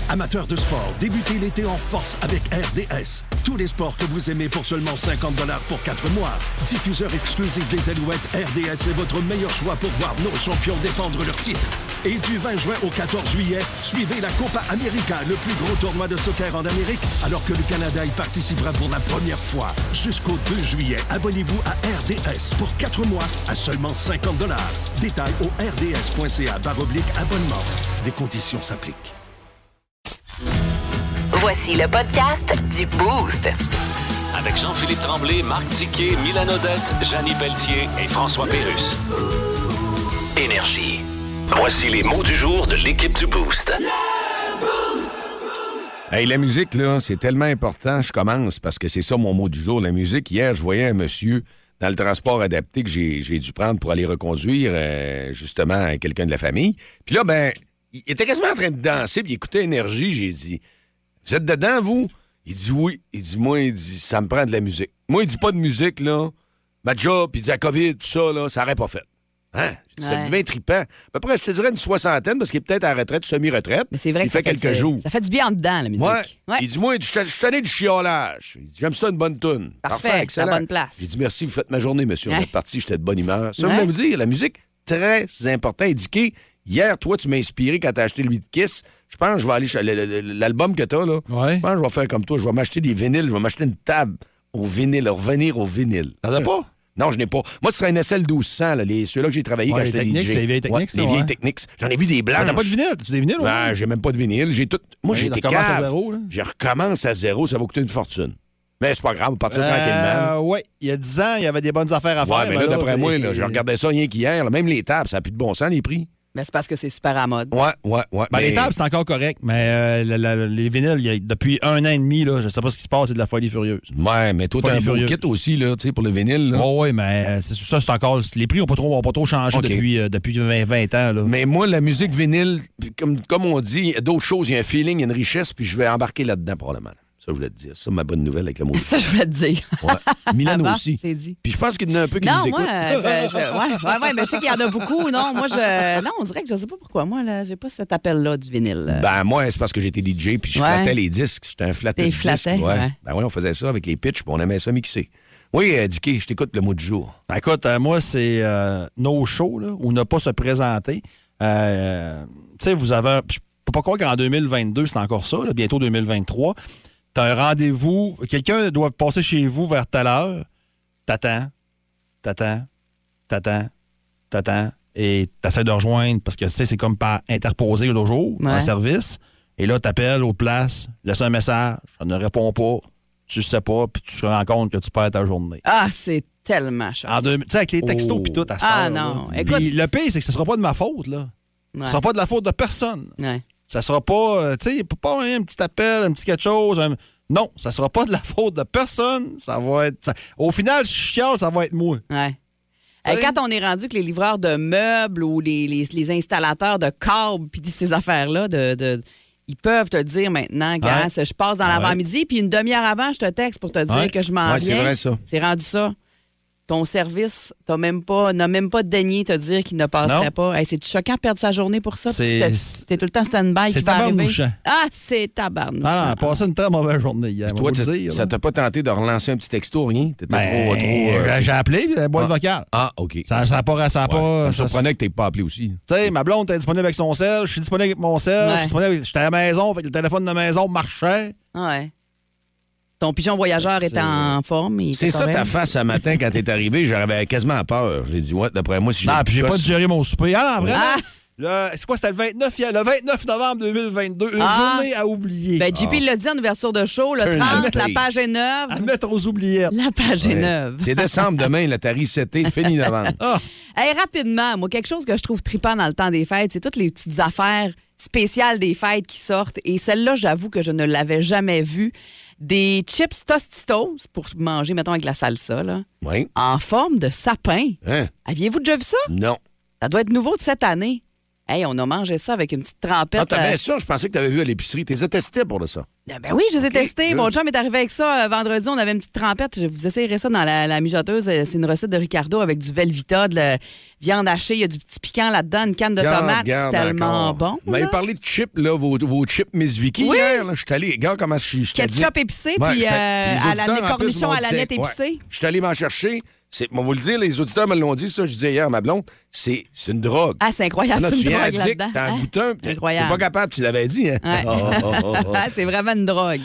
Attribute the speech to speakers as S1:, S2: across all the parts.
S1: Amateurs de sport, débutez l'été en force avec RDS. Tous les sports que vous aimez pour seulement 50 $ pour 4 mois. Diffuseur exclusif des Alouettes, RDS est votre meilleur choix pour voir nos champions défendre leur titre. Et du 20 juin au 14 juillet, suivez la Copa América, le plus gros tournoi de soccer en Amérique, alors que le Canada y participera pour la première fois. Jusqu'au 2 juillet, abonnez-vous à RDS pour 4 mois à seulement 50 $. Détails au rds.ca/abonnement. Des conditions s'appliquent.
S2: Voici le podcast du Boost.
S3: Avec Jean-Philippe Tremblay, Marc Tiquet, Milan Odette, Jannie Pelletier et François Pérusse. Énergie. Voici les mots du jour de l'équipe du Boost.
S4: Hey, la musique, là, c'est tellement important. Je commence parce que c'est ça mon mot du jour, la musique. Hier, je voyais un monsieur dans le transport adapté que j'ai dû prendre pour aller reconduire, justement, quelqu'un de la famille. Puis là, ben, il était quasiment en train de danser, puis il écoutait Énergie. J'ai dit, vous êtes dedans, vous? Il dit oui. Il dit, moi, ça me prend de la musique. Moi, il dit pas de musique, là. Ma job, il dit la COVID, tout ça, là, ça aurait pas fait. Hein? Ça devient trippant. À peu près, je te dirais une soixantaine, parce qu'il est peut-être à la retraite, semi-retraite.
S5: Mais c'est vrai
S4: il fait quelques jours.
S5: Ça fait du bien en dedans, la musique.
S4: Ouais. Il dit, moi, je suis tanné du chiolage. Il dit, j'aime ça, une bonne toune.
S5: Parfait,
S4: excellent.
S5: la bonne place.
S4: Il dit, merci, vous faites ma journée, monsieur. On est parti, j'étais de bonne humeur. Ça, je voulais vous dire, la musique, très important, indiqué. Hier, toi, tu m'as inspiré quand t'as acheté le 8 Kiss. Je pense que je vais aller l'album que t'as, là.
S6: Ouais.
S4: Je pense que je vais faire comme toi. Je vais m'acheter des vinyles. Je vais m'acheter une table au vinyle, revenir au vinyle.
S6: T'en as pas?
S4: Non, je n'ai pas. Moi, ce serait un SL 1200, là, ceux-là que j'ai travaillé quand j'étais DJ.
S6: Les vieilles techniques,
S4: les vieilles techniques. J'en ai vu des blancs.
S6: T'as pas de vinyle? T'as-tu des vinyles?
S4: Ben, j'ai même pas de vinyle. J'ai tout. Moi, j'ai été cave.
S6: à zéro, là.
S4: Je recommence à zéro. Ça va coûter une fortune. Mais c'est pas grave, on va partir tranquillement.
S6: Oui, il y a 10 ans, il y avait des bonnes affaires à faire.
S4: Ouais, mais là, d'après moi, là, je regardais ça rien qu'hier. Là, même les tables, ça n'a plus de bon sens, les prix.
S5: Ben, c'est parce que c'est super à mode.
S4: Ouais.
S6: Ben,
S4: mais...
S6: les tables, c'est encore correct, mais les vinyles, depuis 1 an et demi, là, je sais pas ce qui se passe, c'est de la folie furieuse.
S4: Ouais, mais toi, t'as un beau kit aussi, là, tu sais, pour le vinyle.
S6: Oui, mais ça, c'est encore... Les prix n'ont pas trop changé depuis 20 ans. Là.
S4: Mais moi, la musique vinyle, comme on dit, il y a d'autres choses, il y a un feeling, il y a une richesse, puis je vais embarquer là-dedans, probablement. Ça, je voulais te dire. Ça, ma bonne nouvelle avec le mot.
S5: Ça, je voulais te dire.
S4: Ouais. Milan aussi.
S5: C'est dit.
S4: Puis je pense qu'il y en a un peu qui nous écoutent.
S5: Ouais, mais je sais qu'il y en a beaucoup. Non, moi, non, on dirait que je sais pas pourquoi. Moi, là, j'ai pas cet appel-là du vinyle.
S4: Ben, moi, c'est parce que j'étais DJ, puis je flattais les disques. J'étais un flatteur de disques. Ouais. Ben, oui, on faisait ça avec les pitchs, puis on aimait ça mixer. Oui, Dicky, je t'écoute le mot du jour.
S6: Ben, écoute, moi, c'est no show, là, ou ne pas se présenter. Tu sais, vous avez... Je peux pas croire qu'en 2022, c'est encore ça, là, bientôt 2023. T'as un rendez-vous, quelqu'un doit passer chez vous vers telle heure, t'attends, et t'essaies de rejoindre, parce que tu sais, c'est comme par interposer l'autre jour, un service, et là, t'appelles aux places, laisse un message, ça ne répond pas, tu sais pas, puis tu te rends compte que tu perds ta journée.
S5: Ah, c'est tellement cher.
S6: Tu sais, avec les textos puis tout, à cette heure,
S5: non,
S6: là.
S5: écoute...
S6: Puis le pire, c'est que ce sera pas de ma faute, là.
S5: Ouais.
S6: Ce sera pas de la faute de personne.
S5: Ouais.
S6: Ça sera pas, tu sais, pas un petit appel, un petit quelque chose. Non, ça sera pas de la faute de personne. Ça va être... Au final, chiale, ça va être moi.
S5: Ouais. Quand on est rendu que les livreurs de meubles ou les installateurs de câbles puis ces affaires-là, ils peuvent te dire maintenant, gars, je passe dans l'avant-midi, puis une demi-heure avant, je te texte pour te dire que je m'en viens.
S4: C'est vrai, ça.
S5: C'est rendu ça. Ton service n'a même pas daigné te dire qu'il ne passerait pas. Hey, c'est choquant de perdre sa journée pour ça. T'es tout le temps stand-by.
S6: C'est tabarnouchant.
S5: Ah, c'est tabarnouchant.
S6: Ah, passé une très mauvaise journée hier.
S4: Toi, ça t'a pas tenté de relancer un petit texto, rien? T'étais trop...
S6: J'ai appelé, la boîte vocale.
S4: Ah, OK.
S6: Ça n'a pas... Ça
S4: me surprenait que t'aies pas appelé aussi.
S6: Tu sais, ma blonde était disponible avec son sel, je suis disponible avec mon sel, j'étais à la maison, fait que le téléphone de la maison marchait.
S5: Ouais. Ton pigeon voyageur était en forme.
S4: C'est ça ta face ce matin quand t'es arrivé. J'avais quasiment peur. J'ai dit, d'après moi, si j'ai.
S6: Non, puis j'ai pas digéré mon souper. Ah, non, vraiment?
S5: Ah!
S6: C'est quoi, c'était le 29 novembre 2022. Une journée à oublier.
S5: Ben, JP l'a dit en ouverture de show, le 30, la page est neuve.
S6: À mettre aux oubliettes.
S5: La page est neuve.
S4: C'est décembre demain, là, t'as reseté, fini novembre.
S5: Hey, rapidement, moi, quelque chose que je trouve trippant dans le temps des fêtes, c'est toutes les petites affaires spéciales des fêtes qui sortent. Et celle-là, j'avoue que je ne l'avais jamais vue. Des chips Tostitos pour manger, mettons, avec la salsa, là.
S4: Oui.
S5: En forme de sapin.
S4: Hein?
S5: Aviez-vous déjà vu ça?
S4: Non.
S5: Ça doit être nouveau de cette année. Hey, on a mangé ça avec une petite trempette.
S4: Ah, t'avais ça? Je pensais que t'avais vu à l'épicerie. T'es testé pour ça.
S5: Ben oui, je les ai testés. Mon chum est arrivé avec ça vendredi. On avait une petite trempette. Je vous essayerai ça dans la mijoteuse. C'est une recette de Ricardo avec du Velveeta, de la viande hachée. Il y a du petit piquant là-dedans, une canne de tomates. C'est tellement bon.
S4: Vous m'avez parlé de chips, là, vos chips Miss Vicky hier. Je suis allé. Regarde comment je suis.
S5: Ketchup épicé, puis cornichons à la nette épicée.
S4: Je suis allé m'en chercher. Moi, vous le dire, les auditeurs me l'ont dit, ça, je disais hier à ma blonde, c'est une drogue.
S5: Ah, c'est incroyable, c'est une drogue là-dedans.
S4: T'as un goût un, t'es
S5: pas
S4: capable, tu l'avais dit, hein?
S5: Ouais. C'est vraiment une drogue.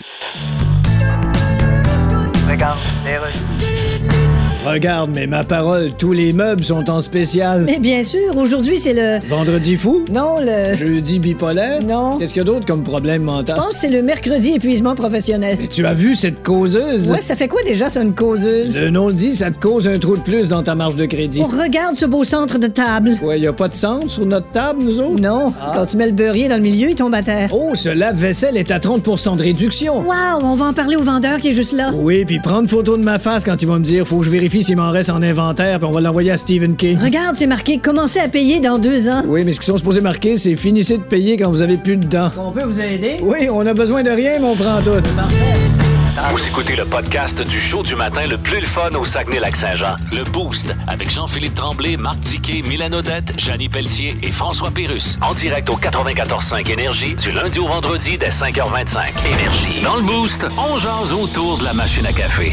S7: Regarde,
S8: Regarde, mais ma parole, tous les meubles sont en spécial.
S9: Mais bien sûr, aujourd'hui, c'est le...
S8: Vendredi fou?
S9: Non, le...
S8: Jeudi bipolaire?
S9: Non.
S8: Qu'est-ce qu'il y a d'autre comme problème mental?
S9: Je pense que c'est le mercredi épuisement professionnel.
S8: Mais tu as vu cette causeuse?
S9: Ouais, ça fait quoi déjà, ça, une causeuse?
S8: Le nom le dit, ça te cause un trou de plus dans ta marge de crédit.
S9: On regarde ce beau centre de table.
S8: Ouais, y a pas de centre sur notre table, nous autres?
S9: Non. Quand tu mets le beurrier dans le milieu, il tombe à terre.
S8: Oh, ce lave-vaisselle est à 30% de réduction.
S9: Wow, on va en parler au vendeur qui est juste là.
S8: Oui, puis prendre photo de ma face quand il va me dire, faut que je vérifie s'il m'en reste en inventaire, puis on va l'envoyer à Stephen King.
S9: Regarde, c'est marqué « Commencez à payer dans 2 ans ».
S8: Oui, mais ce qu'ils sont supposés marquer, c'est « Finissez de payer quand vous avez plus de dents ».
S9: On peut vous aider?
S8: Oui, on a besoin de rien, mais on prend tout.
S3: Vous écoutez le podcast du show du matin le plus le fun au Saguenay-Lac-Saint-Jean. Le Boost, avec Jean-Philippe Tremblay, Marc Diquet, Milan Odette, Janine Pelletier et François Pérusse. En direct au 94.5 Énergie, du lundi au vendredi dès 5h25. Énergie. Dans le Boost, on jase autour de la machine à café.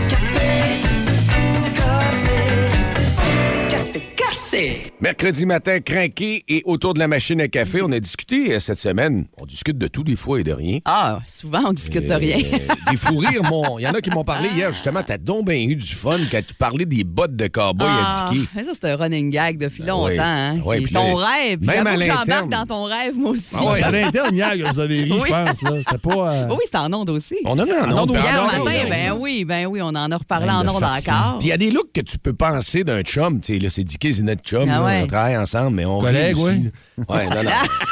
S4: Mercredi matin, crinqué et autour de la machine à café, on a discuté cette semaine. On discute de tout, des fois, et de rien.
S5: Ah, souvent, on discute de rien.
S4: Des fous rires, il y en a qui m'ont parlé hier, justement. T'as donc bien eu du fun quand tu parlais des bottes de cow-boy à Dicky.
S5: Mais ça, c'est un running gag depuis longtemps.
S4: Oui.
S5: Hein?
S4: Oui,
S5: Et
S4: puis
S5: ton
S4: là,
S5: rêve.
S4: même à
S5: j'embarque
S4: l'interne.
S5: dans ton rêve, moi aussi.
S6: Ah ouais, à l'interne, hier, que vous avez ri,
S5: Oui.
S6: je pense. Là. C'était pas...
S5: Oui, c'était en ondes aussi.
S4: On en a en ondes.
S5: Hier
S4: en ondes,
S5: matin, ben oui, on en a reparlé en ondes encore.
S4: Puis il y a des looks que tu peux penser d'un chum. Tu sais, là, c'est Dicky, c'est notre chum.
S5: Ah
S4: là,
S5: ouais.
S4: on travaille ensemble, mais on
S6: Collègue,
S4: rit aussi.
S6: oui.
S4: Ouais, non.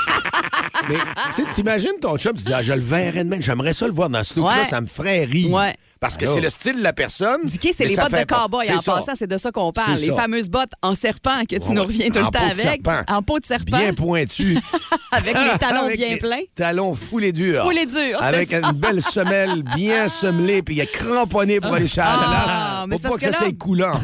S4: Mais tu sais, t'imagines ton chum, tu dis, je le verrais demain, j'aimerais ça le voir dans ce look-là,
S5: Ouais.
S4: ça me ferait rire.
S5: Ouais.
S4: Parce que c'est le style de la personne.
S5: Dicky, c'est
S4: mais
S5: les
S4: ça
S5: bottes de
S4: fait pas.
S5: cow-boy.
S4: C'est
S5: En
S4: ça.
S5: passant, c'est de ça qu'on parle.
S4: C'est
S5: Les
S4: ça.
S5: fameuses bottes en serpent que tu
S4: Ouais,
S5: nous reviens tout le
S4: en
S5: temps
S4: peau de
S5: avec.
S4: serpent.
S5: En peau de serpent.
S4: Bien pointu.
S5: Avec les talons
S4: Avec
S5: bien
S4: les
S5: pleins.
S4: Talons foulés durs.
S5: Foulés durs, c'est
S4: Avec
S5: ça.
S4: une belle semelle bien semmelée, puis il est cramponné pour aller sur la
S5: Ah, mais
S4: glace.
S5: c'est
S4: Pour pas
S5: parce
S4: que ça
S5: que là-
S4: soit coulant.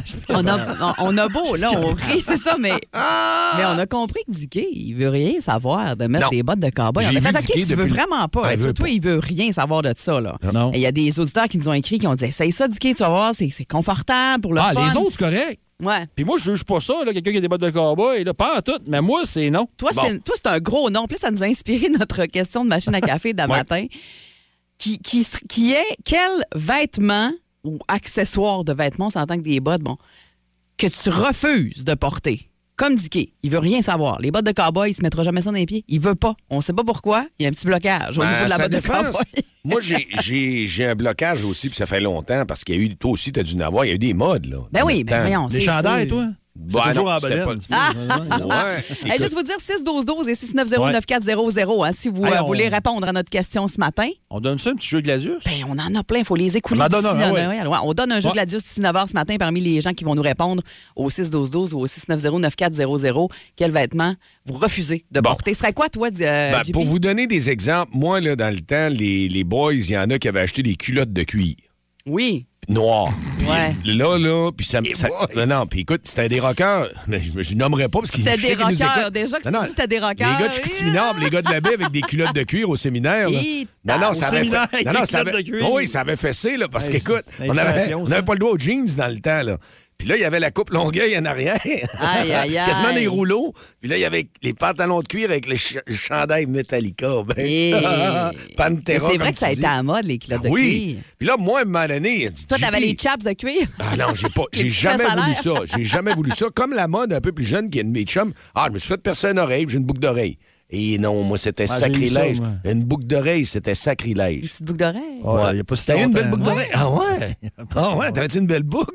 S5: On a beau, là, on rit, c'est ça, mais on a compris que Dicky, il veut rien savoir de mettre
S4: Non.
S5: des bottes de cow-boy. On
S4: J'ai
S5: a fait,
S4: vu
S5: OK,
S4: Dicky
S5: tu veux
S4: depuis-
S5: vraiment pas.
S4: Ah, il veut
S5: Toi,
S4: pas.
S5: il veut rien savoir de ça, là.
S6: Non.
S5: Et il y a des auditeurs qui nous ont écrit, qui ont dit, essaye ça, Dicky, tu vas voir, c'est confortable pour le
S6: Ah,
S5: fun.
S6: les autres, c'est correct.
S5: Ouais.
S6: Puis moi, je juge pas ça, là, quelqu'un qui a des bottes de cowboy, là, pas en tout. Mais moi, c'est non.
S5: Toi,
S6: Bon.
S5: c'est un gros nom. Puis là, ça nous a inspiré notre question de machine à café d'un matin, qui est quel vêtement ou accessoire de vêtements, on s'entend que des bottes, bon, que tu refuses de porter. Comme Dicky, il veut rien savoir. Les bottes de cow-boy, il se mettra jamais ça dans les pieds. Il veut pas. On sait pas pourquoi. Il y a un petit blocage au niveau de la
S4: ça
S5: botte de
S4: dépend.
S5: cow-boy.
S4: Moi, j'ai un blocage aussi, puis ça fait longtemps, parce qu'il y a eu, toi aussi, tu as dû en avoir, il y a eu des modes, là.
S5: Ben oui, ben
S4: Dans le temps.
S5: voyons.
S6: Les
S5: c'est
S6: chandails,
S5: sûr.
S6: toi?
S4: Bah,
S6: C'est toujours
S4: non,
S6: en
S4: c'était
S6: bedaine.
S4: Ouais.
S5: Hey, juste vous dire 6-12-12 et 690-9400 hein, si vous
S6: Hey, on-
S5: voulez répondre à notre question ce matin.
S6: On donne ça un petit jeu de glacius?
S5: Ben, on en a plein, il faut les écouler.
S6: On en donne
S5: d'ici
S6: un,
S5: là,
S6: ouais.
S5: ouais. On donne un jeu
S6: Ouais.
S5: de Gladius 19h ce matin parmi les gens qui vont nous répondre au 6-12-12 ou au 690-9400. Quel vêtement vous refusez de
S4: Bon.
S5: porter? Ce serait quoi, toi,
S4: Ben,
S5: JP?
S4: pour vous donner des exemples, moi, là, dans le temps, les boys, il y en a qui avaient acheté des culottes de cuir
S5: Oui.
S4: noires.
S5: Ouais.
S4: Là, puis ça... non, puis écoute, c'était des rockers, mais je nommerais pas parce qu'ils
S5: C'était
S4: je sais
S5: des
S4: qu'ils nous
S5: rockers.
S4: écoutent.
S5: Déjà que
S4: Non,
S5: si c'était des rockers.
S4: Les gars de Chicoutimi-Nord, les gars de la baie avec des culottes de cuir au séminaire. Là.
S5: Et
S4: Non,
S6: au
S4: ça avait
S6: séminaire,
S4: fait...
S6: avec
S4: Non, non,
S6: des
S4: ça
S6: culottes
S4: avait...
S6: de cuir.
S4: Oui, ça avait fessé, là, parce
S6: Hey,
S4: qu'écoute,
S6: c'est
S4: on n'avait
S6: l'inflation,
S4: pas le droit aux jeans dans le temps, là. Puis là, il y avait la coupe Longueuil en arrière.
S5: Aïe, aïe, aïe.
S4: Quasiment des rouleaux. Puis là, il y avait les pantalons de cuir avec les chandails Metallica. Ben,
S5: Et-
S4: Pantera,
S5: C'est vrai
S4: comme
S5: que ça a
S4: tu
S5: été
S4: dis.
S5: à la mode, les culottes de
S4: Oui.
S5: cuir.
S4: Puis là, moi, à un moment donné, il dit,
S5: Toi, t'avais
S4: JP,
S5: les chaps de cuir.
S4: Ah non, j'ai
S5: Les
S4: jamais
S5: petits
S4: voulu
S5: salaires.
S4: ça. J'ai jamais voulu ça. Comme la mode un peu plus jeune qui est de mes chums. Ah, je me suis fait percer une oreille, puis j'ai une boucle d'oreille. Et non, moi, c'était
S6: Ah, j'ai eu
S4: sacrilège.
S6: ça, moi.
S4: Une boucle d'oreille, c'était
S5: Une
S4: sacrilège.
S5: petite boucle d'oreille.
S6: Ouais, il y a pas si
S4: T'as eu une belle
S6: longtemps.
S4: boucle d'oreille? Ah ouais? Ah ouais, t'avais-tu une belle boucle?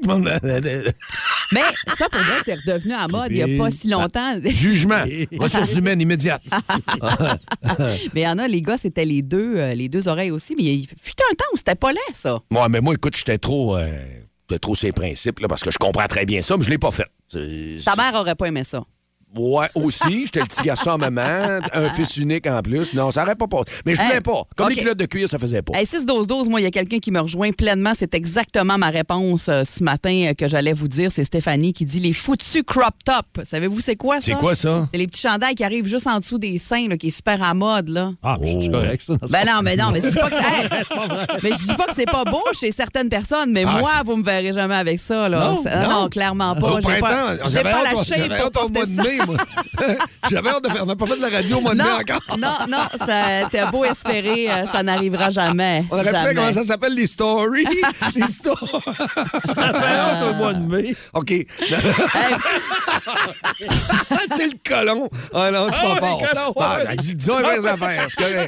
S5: Mais ça, pour moi, c'est redevenu à mode il n'y a pas si longtemps.
S4: Jugement. Ressources humaines immédiates.
S5: Mais il y en a, les gars, c'était les deux oreilles aussi. Mais il fut un temps où c'était pas laid, ça.
S4: Ouais, mais moi, écoute, j'étais trop ces principes, là, parce que je comprends très bien ça, mais je l'ai pas fait.
S5: Ta mère aurait pas aimé ça.
S4: Ouais, aussi. J'étais le petit garçon en maman, un fils unique en plus. Non, ça n'aurait pas passé. Mais je voulais pas. Comme les culottes de cuir, ça faisait pas.
S5: Hey, 6-12-12, moi, il y a quelqu'un qui me rejoint pleinement. C'est exactement ma réponse ce matin que j'allais vous dire. C'est Stéphanie qui dit les foutus crop top. Savez-vous c'est quoi ça?
S4: C'est quoi ça?
S5: C'est les petits chandails qui arrivent juste en dessous des seins, là, qui est super à mode, là.
S6: Ah, c'est correct, ça.
S5: Ben non, mais je dis pas que mais je dis pas que c'est pas beau chez certaines personnes, mais moi, vous me verrez jamais avec ça, là. Non, clairement pas. J'ai pas la shape pour porter ça.
S4: Moi. J'avais hâte de faire. On n'a pas fait de la radio au mois de mai encore.
S5: Non, t'as beau espérer, ça n'arrivera jamais.
S4: On aurait fait comment ça s'appelle, les stories. Les stories.
S6: J'avais hâte au mois de mai.
S4: OK. C'est le colon. Ah non, c'est pas fort. Disons les vraies affaires, c'est correct.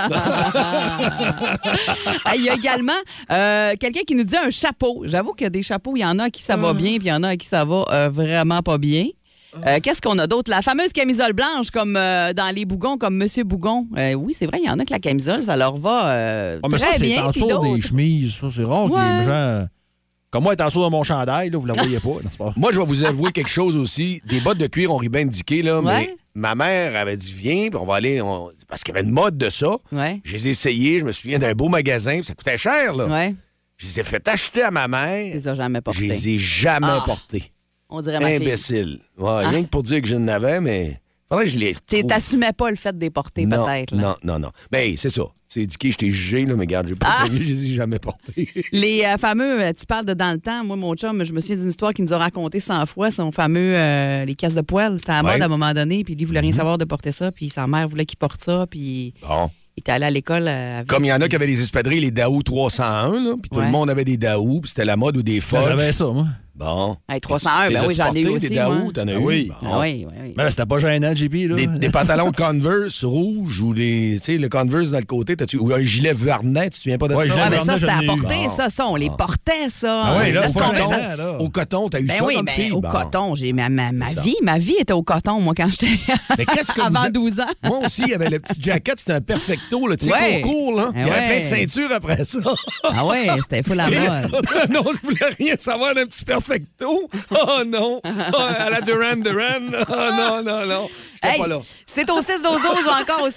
S5: Il y a également quelqu'un qui nous dit un chapeau. J'avoue qu'il y a des chapeaux, il y en a à qui ça va bien, puis il y en a à qui ça va vraiment pas bien. Qu'est-ce qu'on a d'autre? La fameuse camisole blanche, comme dans les bougons, comme Monsieur Bougon. Oui, c'est vrai, il y en a que la camisole, ça leur va
S6: mais
S5: très
S6: ça,
S5: bien.
S6: C'est en dessous des chemises. Ça, c'est rare que les gens... Comme moi, être en dessous de mon chandail, là, vous la voyez pas.
S4: Moi, je vais vous avouer quelque chose aussi. Des bottes de cuir, on rit bien indiqué, là, mais ma mère avait dit, viens, puis on va aller... Parce qu'il y avait une mode de ça.
S5: Ouais.
S4: Je les ai essayées, je me souviens d'un beau magasin, puis ça coûtait cher, là.
S5: Ouais.
S4: Je les ai fait acheter à ma mère.
S5: Je les ai jamais portés.
S4: Je les ai jamais portés.
S5: On dirait ma fille.
S4: Imbécile. Ouais, rien que pour dire que je n'avais, mais... Faudrait que je les...
S5: T'assumais pas le fait de les porter, peut-être. Là.
S4: Non. Ben, c'est ça. C'est indiqué, je t'ai jugé, là, mais regarde, j'ai pas prévu, je les ai jamais portés.
S5: Les fameux, tu parles de dans le temps, moi, mon chum, je me souviens d'une histoire qu'il nous a racontée 100 fois, son fameux, les caisses de poêle. C'était à la mode à un moment donné, puis lui, il voulait rien savoir de porter ça, puis sa mère voulait qu'il porte ça, puis...
S4: Bon.
S5: Il était allé à l'école avec...
S4: Comme il y en a qui avaient des espadrilles, les Daou 301, là, puis tout le monde avait des Daou, puis c'était la mode ou des Foch.
S6: J'avais ça, moi.
S4: Bon.
S5: Hey, 301, ben oui, j'en ai eu aussi,
S4: des Daou,
S5: moi.
S4: t'en as eu?
S6: Oui.
S4: Bon.
S5: Ah oui.
S6: Mais là, c'était pas gênant, JP, là.
S4: Des pantalons Converse rouges ou des, tu sais, le Converse dans le côté, ou un gilet Vuarnet, tu te souviens pas de ça?
S5: Ah, mais ça, c'était à
S6: j'en ai eu.
S5: porter, ça, on les portait, ça.
S6: Ah oui, là,
S5: Parce
S6: c'est
S5: qu'on
S6: pas
S5: met ça-
S6: gênant, là.
S4: Au coton, t'as eu ça comme fille?
S5: Au
S4: Bon.
S5: coton, j'ai ma vie était au coton, moi, quand j'étais
S4: Mais qu'est-ce que
S5: avant
S4: vous...
S5: 12 ans.
S4: Moi aussi, il y avait le petit jacket, c'était un perfecto, là, tu sais,
S5: Ouais.
S4: court, là. Il y avait plein de ceintures après ça.
S5: Ah ouais, c'était full à mode.
S4: Non, je voulais rien savoir d'un petit perfecto. Oh non. Oh, à la Duran. Oh non. J'étais pas là.
S5: C'est au 6-12-12 ou encore au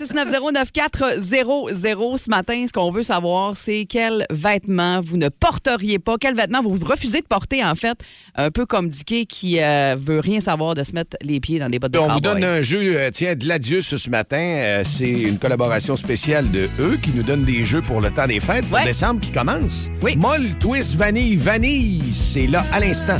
S5: 690-9400 ce matin. Ce qu'on veut savoir, c'est quels vêtements vous ne porteriez pas, quels vêtements vous refusez de porter, en fait, un peu comme Dicky qui veut rien savoir de se mettre les pieds dans des bottes de
S4: On
S5: cowboy.
S4: vous donne un jeu, tiens, de l'Adius ce matin. C'est une collaboration spéciale de eux qui nous donne des jeux pour le temps des fêtes, pour décembre qui commence.
S5: Oui.
S4: Molle, twist, vanille, c'est là à l'instant.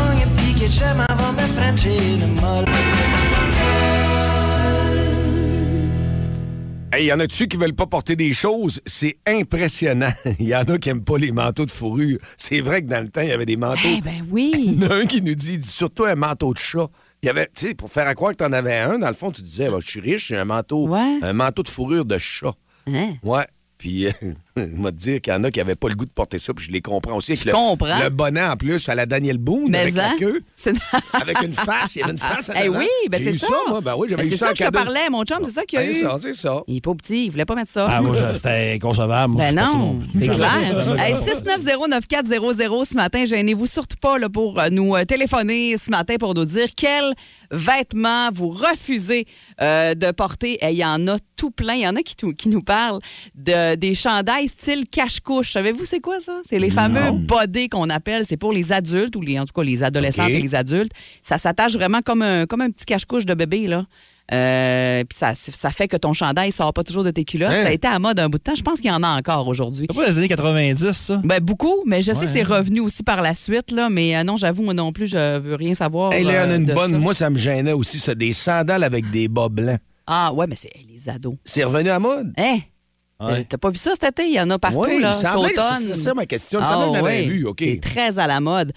S4: Il y en a-tu qui veulent pas porter des choses? C'est impressionnant. Il y en a qui aiment pas les manteaux de fourrure. C'est vrai que dans le temps, il y avait des manteaux.
S5: Eh ben oui.
S4: Il y en a un qui nous dit surtout un manteau de chat. Il y avait, tu sais, pour faire à croire que t'en avais un, dans le fond, tu disais, je suis riche, j'ai un manteau de fourrure de chat.
S5: Hein?
S4: Ouais. Puis, je vais te dire qu'il y en a qui n'avaient pas le goût de porter ça, puis je les comprends aussi. Avec
S5: comprends.
S4: Le bonnet, en plus, à la Daniel Boone,
S5: Mais
S4: avec la queue.
S5: C'est...
S4: Avec une face, il y avait une face à
S5: Eh
S4: l'avant.
S5: oui, ben
S4: J'ai
S5: c'est
S4: eu
S5: ça.
S4: moi. Ben oui, j'avais eu
S5: c'est
S4: ça en
S5: ça que je te
S4: cadeau.
S5: parlais, mon chum, c'est ça qu'il y a eu.
S4: C'est ça.
S5: Il est pas petit, il voulait pas mettre ça.
S6: Ah, moi, c'était inconcevable. Moi,
S5: Ben
S6: je suis parti,
S5: non,
S6: mon-
S5: c'est
S6: Jamais.
S5: clair. Hey, 690-9400 ce matin. Gênez-vous surtout pas là, pour nous téléphoner ce matin pour nous dire quels vêtements vous refusez de porter. Il y en a tout plein. Il y en a qui nous parlent des chandails style cache-couche. Savez-vous c'est quoi ça? C'est les fameux bodés qu'on appelle. C'est pour les adultes ou en tout cas les adolescents et les adultes. Ça s'attache vraiment comme un petit cache-couche de bébé, là. Puis ça fait que ton chandail sort pas toujours de tes culottes.
S4: Hein?
S5: Ça a été à mode un bout de temps. Je pense qu'il y en a encore aujourd'hui.
S6: C'est pas les années 90, ça?
S5: Ben, beaucoup, mais je sais
S6: Ouais.
S5: que c'est revenu aussi par la suite, là. Mais non, j'avoue, moi non plus, je veux rien savoir.
S4: Hey, là, il y en a une
S5: de
S4: bonne.
S5: ça.
S4: Moi, ça me gênait aussi, ça. Des sandales avec des bas blancs.
S5: Ah, ouais, mais c'est les ados.
S4: C'est revenu à mode?
S5: Hein?
S6: Ouais.
S5: T'as pas vu ça cet été? Il y en a partout,
S4: Oui,
S5: là.
S4: il
S5: Cet
S4: semblait que
S5: automne.
S4: c'est ça ma question. Il semblait que j'en avais
S5: oui.
S4: vu, OK.
S5: C'est très à la mode.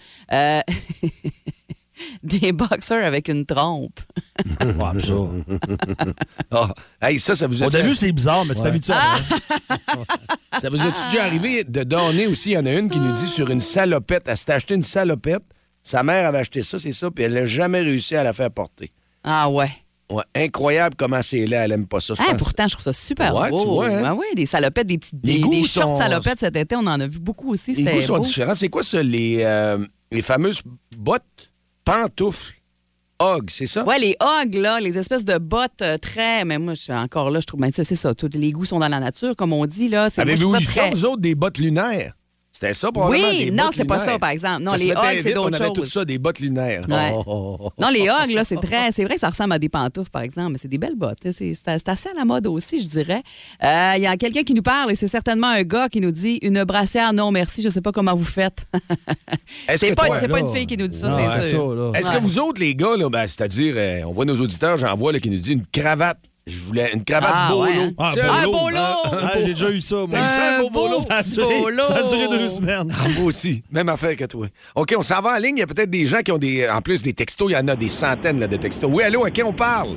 S5: Des boxers avec une trompe.
S6: Ouais, ça.
S4: Ah, hey, ça vous a
S6: Au début, c'est bizarre, mais tu t'habitues à
S4: Ça vous est déjà arrivé de donner aussi? Il y en a une qui nous dit sur une salopette. Elle s'est acheté une salopette. Sa mère avait acheté ça, c'est ça, puis elle n'a jamais réussi à la faire porter.
S5: Ah, ouais.
S4: Ouais, incroyable comment c'est là, elle aime pas ça. Je
S5: Ah,
S4: pense.
S5: pourtant, je trouve ça super
S4: Ouais,
S5: beau.
S4: tu vois, hein?
S5: Ouais, ouais, des salopettes, des
S4: Les goûts
S5: shorts
S4: sont-
S5: salopettes cet été, on en a vu beaucoup aussi.
S4: Les goûts
S5: C'était
S4: sont
S5: beau.
S4: différents. C'est quoi ça, les fameuses bottes pantoufles? Hog, c'est ça?
S5: Ouais, les hogs, là, les espèces de bottes très. Mais moi, je suis encore là, je trouve. Ben, c'est ça. Tous les goûts sont dans la nature, comme on dit, là.
S4: Avez-vous eu
S5: très...
S4: ça, vous autres, des bottes lunaires? C'était ça, probablement?
S5: Oui,
S4: des
S5: non,
S4: bottes
S5: c'est pas
S4: lunaires.
S5: ça, par exemple. Non,
S4: Ça
S5: les
S4: se mettait
S5: hogs, c'est
S4: vite,
S5: d'autres
S4: on avait
S5: choses.
S4: tout ça, des bottes lunaires.
S5: Ouais.
S4: Oh.
S5: Non, les hogs, là, c'est vrai que ça ressemble à des pantoufles, par exemple, mais c'est des belles bottes. C'est assez à la mode aussi, je dirais. Il y a quelqu'un qui nous parle, et c'est certainement un gars qui nous dit une brassière, non, merci, je sais pas comment vous faites. C'est pas une fille qui nous dit ça, c'est sûr.
S4: Est-ce que vous autres, les gars, là, c'est-à-dire, on voit nos auditeurs, j'en vois là, qui nous disent une cravate. Je voulais une cravate bolo.
S5: Ouais, hein?
S4: Un
S5: bolo!
S6: J'ai déjà eu ça, moi.
S4: T'as eu ça, un beau bolo?
S6: Ça a duré 2 semaines.
S4: Moi aussi. Même affaire que toi. OK, on s'en va en ligne. Il y a peut-être des gens qui ont en plus des textos. Il y en a des centaines là, de textos. Oui, allô, à qui on parle?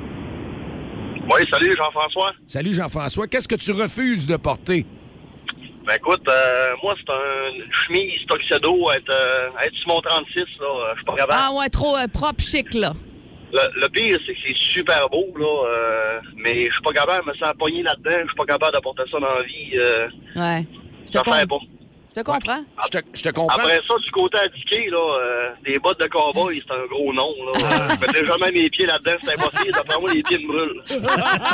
S7: Oui, salut Jean-François.
S4: Salut Jean-François. Qu'est-ce que tu refuses de porter?
S7: Ben écoute, moi, c'est une chemise tuxedo à être sur mon 36, là. Je suis pas capable.
S5: Ah ouais, trop propre, chic, là.
S7: Le pire, c'est que c'est super beau, là, mais je suis pas capable de me sentir pogné là-dedans. Je suis pas capable d'apporter ça dans la vie.
S5: Ouais.
S7: Ça fait pas.
S5: Je te comprends.
S4: Je te comprends.
S7: Après ça, du côté indiqué, là, des bottes de cowboy, c'est un gros nom, là. Je mettais jamais mes pieds là-dedans, c'est impossible. D'après moi, les pieds me brûlent.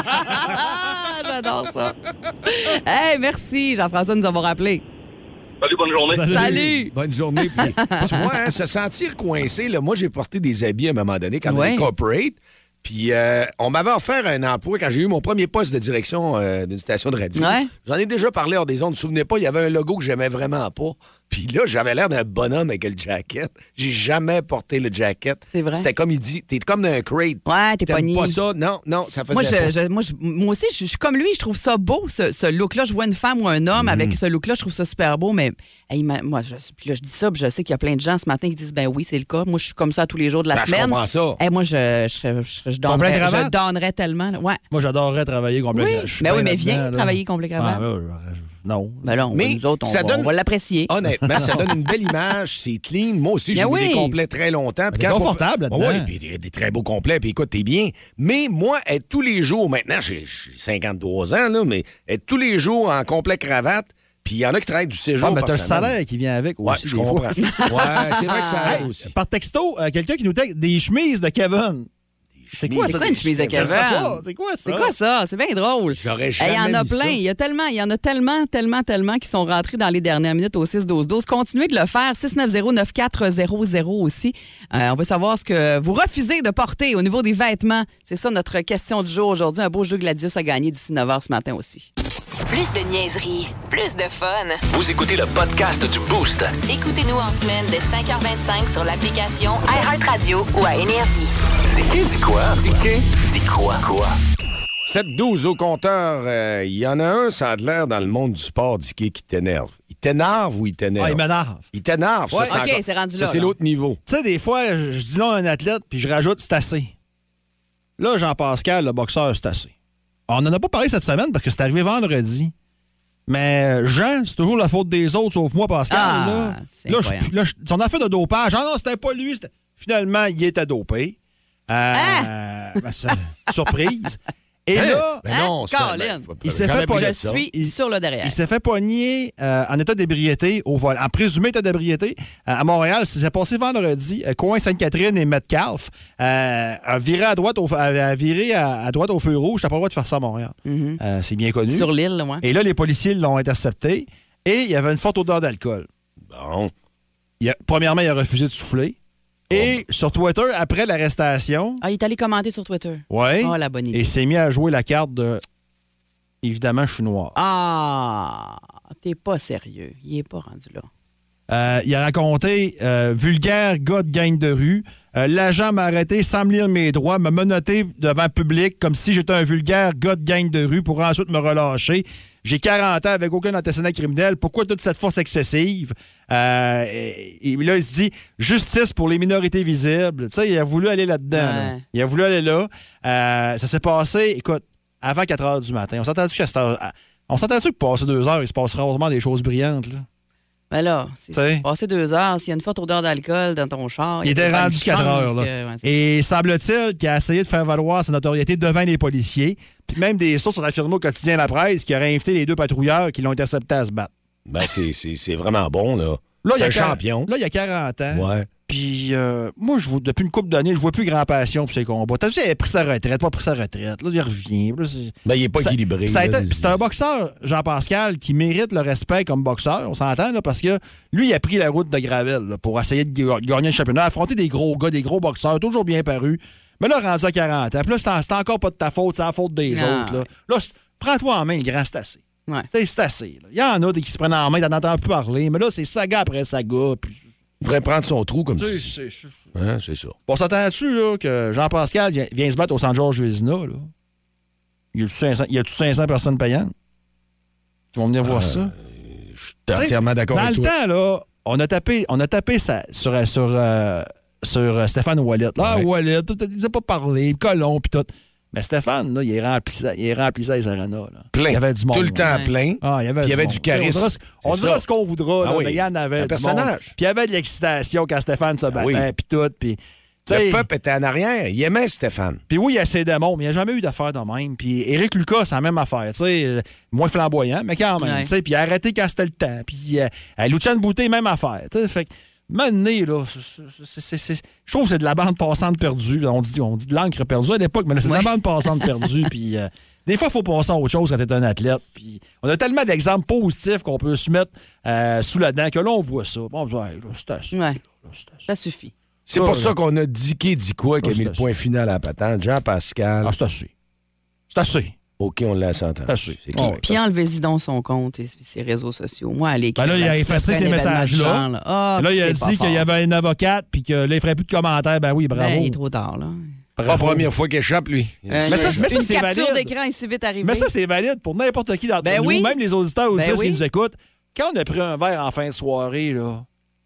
S5: J'adore ça. Hey, merci, Jean-François, de nous avoir rappelé.
S7: Salut, bonne journée.
S5: Salut.
S4: Bonne journée. Puis, tu vois, hein, se sentir coincé, là, moi, j'ai porté des habits à un moment donné quand on était corporate. Puis, on m'avait offert un emploi quand j'ai eu mon premier poste de direction d'une station de radio.
S5: Ouais.
S4: J'en ai déjà parlé hors des ondes. Ne vous souvenez pas, il y avait un logo que j'aimais vraiment pas. Puis là, j'avais l'air d'un bonhomme avec le jacket. J'ai jamais porté le jacket.
S5: C'est vrai.
S4: C'était comme il dit, t'es comme dans un crate.
S5: Ouais, t'es pogné.
S4: pas ça? Non, ça faisait
S5: Moi aussi, je suis comme lui. Je trouve ça beau, ce look-là. Je vois une femme ou un homme avec ce look-là. Je trouve ça super beau. Mais moi, puis là, je dis ça, puis je sais qu'il y a plein de gens ce matin qui disent, ben oui, c'est le cas. Moi, je suis comme ça tous les jours de la semaine.
S4: Je comprends ça.
S5: Moi, je donnerais tellement. Ouais.
S6: Moi, j'adorerais travailler complet.
S5: Oui, mais viens travailler complet cravate.
S6: Non.
S5: Ben là,
S4: mais
S5: nous autres, on va l'apprécier.
S4: Honnêtement, ça donne une belle image, c'est clean. Moi aussi, j'ai mis des complets très longtemps.
S6: C'est confortable là-dedans.
S4: Oui, puis des très beaux complets, puis écoute, t'es bien. Mais moi, être tous les jours, maintenant, j'ai 53 ans, là, mais être tous les jours en complet cravate, puis il y en a qui travaillent du séjour.
S6: Mais t'as le salaire qui vient avec aussi.
S4: Ouais, je comprends. Ouais, c'est vrai que ça aide aussi.
S6: Par texto, quelqu'un qui nous texte des chemises de Kevin. C'est quoi ça,
S5: une chemise de Kevin?
S6: C'est quoi ça?
S5: C'est quoi ça? C'est bien drôle.
S4: J'aurais jamais
S5: Il y en a
S4: mis
S5: plein.
S4: ça.
S5: Il y en a tellement qui sont rentrés dans les dernières minutes au 6-12-12. Continuez de le faire. 690-9400 aussi. On veut savoir ce que vous refusez de porter au niveau des vêtements. C'est ça notre question du jour aujourd'hui. Un beau jeu Gladius à gagner d'ici 9h ce matin aussi.
S2: Plus de niaiserie, plus de fun.
S3: Vous écoutez le podcast du Boost.
S2: Écoutez-nous en semaine de 5h25 sur l'application iHeartRadio ou à Énergie.
S3: Dis quoi? Dis quoi?
S4: 7-12 au compteur. Il y en a un, ça a l'air dans le monde du sport, Dicky, qui t'énerve. Il t'énerve ou il t'énerve?
S6: Ah, il m'énerve.
S4: Il t'énerve.
S5: Ouais,
S4: ça,
S5: OK, c'est rendu là.
S4: Ça, c'est
S5: là.
S4: l'autre niveau.
S6: Tu sais, des fois, je dis non à un athlète, puis je rajoute c'est assez. Là, Jean-Pascal, le boxeur, c'est assez. On n'en a pas parlé cette semaine parce que c'est arrivé vendredi. Mais Jean, c'est toujours la faute des autres, sauf moi, Pascal. Son affaire de dopage, non, c'était pas lui. Finalement, il était dopé. Surprise. Et là,
S5: non,
S6: il s'est fait pogner.
S5: Je suis sur le derrière.
S6: Il s'est fait pogner en état d'ébriété au vol. En présumé état d'ébriété à Montréal. Ça s'est passé vendredi. Coin Sainte-Catherine et Metcalfe a viré à droite à droite au feu rouge. T'as pas le droit de faire ça à Montréal. C'est bien connu.
S5: Sur l'île, ouais.
S6: Et là, les policiers l'ont intercepté. Et il y avait une forte odeur d'alcool.
S4: Bon.
S6: Premièrement, il a refusé de souffler. Et sur Twitter, après l'arrestation...
S5: Ah, il est allé commenter sur Twitter.
S6: Oui.
S5: Oh, la bonne idée.
S6: Et s'est mis à jouer la carte de... Évidemment, je suis noir.
S5: Ah, t'es pas sérieux. Il est pas rendu là.
S6: Il a raconté vulgaire gars de gang de rue. L'agent m'a arrêté sans me lire mes droits, m'a menotté devant le public comme si j'étais un vulgaire gars de gang de rue pour ensuite me relâcher. J'ai 40 ans avec aucun antécédent criminel. Pourquoi toute cette force excessive? Et là, il se dit justice pour les minorités visibles. Tu sais, il a voulu aller là-dedans.
S5: Ouais.
S6: Là. Il a voulu aller là. Ça s'est passé, écoute, avant 4 heures du matin. On s'entend-tu que passer 2 heures, il se passera rarement des choses brillantes, là?
S5: Ben là, c'est passé 2 heures. S'il y a une forte odeur d'alcool dans ton char...
S6: Il était rendu 4 heures. Là. Et semble-t-il qu'il a essayé de faire valoir sa notoriété devant les policiers. Puis même des sources ont affirmé au quotidien La Presse qu'il aurait invité les 2 patrouilleurs qui l'ont intercepté à se battre.
S4: Ben, c'est vraiment bon, là.
S6: Là,
S4: c'est un champion.
S6: Là, il y a 40 ans.
S4: Ouais.
S6: Puis moi, depuis une couple d'années, je vois plus Grand Passion pour ses combats. T'as vu, il a pris sa retraite, pas pris sa retraite. Là, il revient. Là,
S4: il n'est pas équilibré.
S6: C'est un boxeur, Jean-Pascal, qui mérite le respect comme boxeur, on s'entend, là, parce que lui, il a pris la route de Gravel là, pour essayer de gagner le championnat, affronter des gros gars, des gros boxeurs, toujours bien parus. Mais là, rendu à 40 ans, puis là, c'est encore pas de ta faute, c'est la faute des autres. Là, prends-toi en main, le grand, c'est assez.
S5: Ouais.
S6: C'est assez. Là. Il y en a qui se prennent en main, t'en entends plus parler, mais là, c'est saga après saga, puis...
S4: Il devrait prendre son trou comme ça. C'est ça.
S6: On s'entend-tu là, que Jean-Pascal vient se battre au San-Georges-Vézina? Il y a-tu 500 personnes payantes qui vont venir voir ça?
S4: Je suis entièrement d'accord avec toi.
S6: Dans le temps, là, on a tapé ça sur Stéphane Ouellet. Là, Ouellet, il n'a pas parlé, Colomb, puis tout. Mais Stéphane, là, il remplissait les arénas.
S4: Plein.
S6: Il y avait du monde.
S4: Tout le temps plein.
S6: Il y avait du
S4: charisme.
S6: On dira ce qu'on voudra, là,
S4: oui.
S6: mais il y en avait
S4: un
S6: du
S4: personnage.
S6: monde. Puis il y avait de l'excitation quand Stéphane se battait, puis tout. Puis,
S4: le peuple était en arrière. Il aimait Stéphane.
S6: Puis oui, il y a ses démons, mais il n'y a jamais eu d'affaire de même. Puis Éric Lucas, c'est la même affaire. Moins flamboyant, mais quand même. Puis il a arrêté quand c'était le temps. Puis Luciane Boutet, même affaire. Fait que maintenant, là, je trouve que c'est de la bande passante perdue. On dit de l'encre perdue à l'époque, mais là, c'est de la bande passante perdue. Puis des fois, il faut passer à autre chose quand tu es un athlète. Puis on a tellement d'exemples positifs qu'on peut se mettre sous la dent que là, on voit ça. Bon, là, c'est assez.
S5: Ça suffit.
S4: C'est pour ça qu'on a Dicky Dicois qui a mis le point final à la patente. Jean-Pascal.
S6: C'est assez. C'est assez.
S4: OK, on l'a entendu.
S6: C'est clair.
S5: Puis enlevez-y dans son compte et ses réseaux sociaux. Moi, allez.
S6: Là, il a effacé ces messages-là. Là, il a dit qu'il y avait une avocate puis que là, il ne ferait plus de commentaires. Ben oui, bravo.
S5: Il est trop tard, là.
S4: Pas la première fois qu'il échappe, lui.
S6: Mais ça,
S5: une
S6: c'est
S5: capture
S6: valide.
S5: d'écran est si vite arrivée.
S6: Mais ça, c'est valide pour n'importe qui d'entre nous, même les auditeurs qui nous écoutent. Quand on a pris un verre en fin de soirée, là,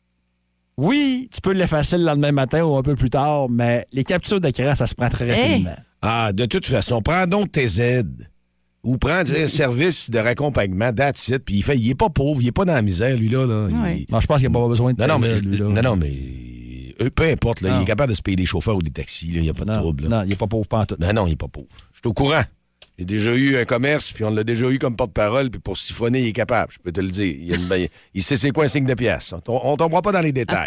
S6: oui, tu peux l'effacer le lendemain matin ou un peu plus tard, mais les captures d'écran, ça se prend très rapidement.
S4: Ah, de toute façon, prends donc tes aides. Ou prends un service de raccompagnement, that's it. Puis il est pas pauvre, il est pas dans la misère, lui-là.
S6: Non, je pense qu'il n'a pas besoin de tes aides, lui-là.
S4: Non, mais peu importe, là, il est capable de se payer des chauffeurs ou des taxis, il n'y a pas de trouble.
S6: Non, il n'est pas pauvre pas en tout.
S4: Non, il n'est pas pauvre. Je suis au courant. J'ai déjà eu un commerce, puis on l'a déjà eu comme porte-parole, puis pour siphonner, il est capable, je peux te le dire. Il sait c'est quoi un signe de pièce. On tombera pas dans les détails.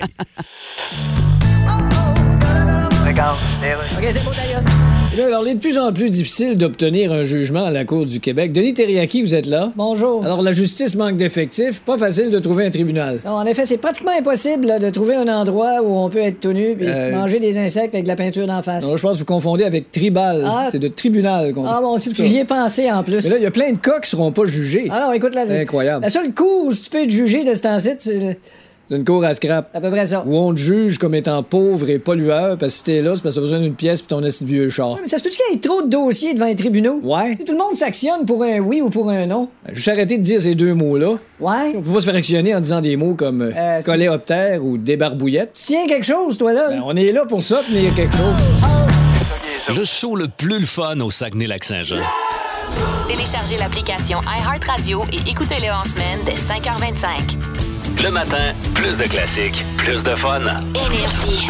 S9: OK, c'est bon, d'ailleurs. Alors, il est de plus en plus difficile d'obtenir un jugement à la Cour du Québec. Denis Terriaki, vous êtes là? Bonjour. Alors, la justice manque d'effectifs. Pas facile de trouver un tribunal.
S10: Non, en effet, c'est pratiquement impossible là, de trouver un endroit où on peut être tout nu et manger des insectes avec de la peinture d'en face.
S9: Non, je pense que vous confondez avec tribal.
S10: Ah.
S9: C'est de tribunal qu'on dit.
S10: Ah bon, j'y ai pensé en plus.
S9: Mais là, il y a plein de cas qui seront pas jugés.
S10: Ah non, écoute, là,
S9: c'est incroyable.
S10: La seule cour où tu peux être jugé de ce temps-ci, c'est...
S9: C'est une cour à scrap.
S10: À peu près ça.
S9: Où on te juge comme étant pauvre et pollueur, parce que si t'es là, c'est parce que t'as besoin d'une pièce puis ton assis de vieux char.
S10: Ouais, mais ça se peut-tu qu'il y ait trop de dossiers devant les tribunaux?
S9: Ouais.
S10: Tout le monde s'actionne pour un oui ou pour un non.
S9: Juste arrêter de dire ces deux mots-là.
S10: Ouais.
S9: On peut pas se faire actionner en disant des mots comme coléoptère ou débarbouillette.
S10: Tu tiens quelque chose, toi, là?
S9: Ben, on est là pour ça, tenir quelque chose.
S3: Le show le plus le fun au Saguenay-Lac-Saint-Jean.
S2: Téléchargez l'application iHeartRadio et écoutez-le en semaine dès 5h25.
S3: Le matin, plus de classiques, plus de fun.
S2: Énergie.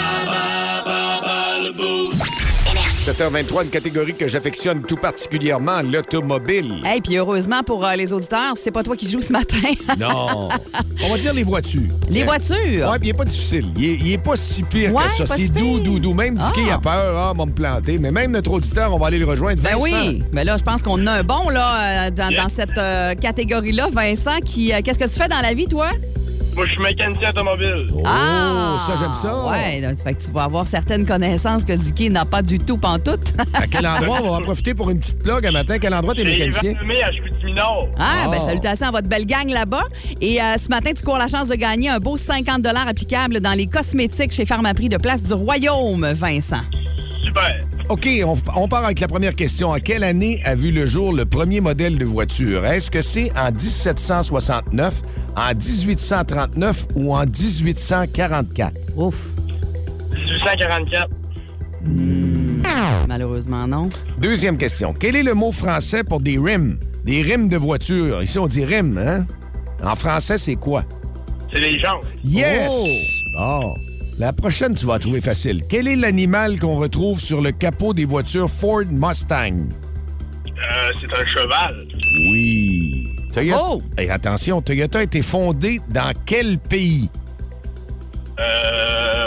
S4: 7h23, une catégorie que j'affectionne tout particulièrement, l'automobile.
S5: Hey, puis heureusement pour les auditeurs, c'est pas toi qui joues ce matin.
S4: Non. On va dire les voitures.
S5: Les voitures?
S4: Ouais, puis il est pas difficile. Il est pas si pire que ça.
S5: pas
S4: C'est
S5: si pire.
S4: doux. Même Dicky a peur, on va me planter. Mais même notre auditeur, on va aller le rejoindre.
S5: Ben
S4: Vincent.
S5: oui. Mais là, je pense qu'on a un bon là, dans cette catégorie-là. Vincent, qu'est-ce que tu fais dans la vie, toi?
S7: Moi, je suis mécanicien automobile.
S4: Oh, ça, j'aime ça.
S5: Ouais, donc, ça fait que tu vas avoir certaines connaissances que Dicky n'a pas du tout pantoute.
S4: À quel endroit? On va en profiter pour une petite plug un matin. Quel endroit t'es mécanicien?
S7: À Chicoutimi-Nord.
S5: Ben salutations à votre belle gang là-bas. Et ce matin, tu cours la chance de gagner un beau 50 $ applicable dans les cosmétiques chez Pharmaprix de Place du Royaume, Vincent.
S7: Super.
S4: OK, on part avec la première question. En quelle année a vu le jour le premier modèle de voiture? Est-ce que c'est en 1769, en 1839 ou en 1844?
S5: Ouf.
S7: 1844.
S5: Malheureusement, non.
S4: Deuxième question. Quel est le mot français pour des rims? Des rims de voiture. Ici, on dit rims, hein? En français, c'est quoi?
S7: C'est les jantes.
S4: Yes!
S5: Oh.
S4: Bon. La prochaine, tu vas la trouver facile. Quel est l'animal qu'on retrouve sur le capot des voitures Ford Mustang?
S7: C'est un cheval.
S4: Oui. Toyota...
S5: Oh!
S4: Hey, attention, Toyota a été fondé dans quel pays?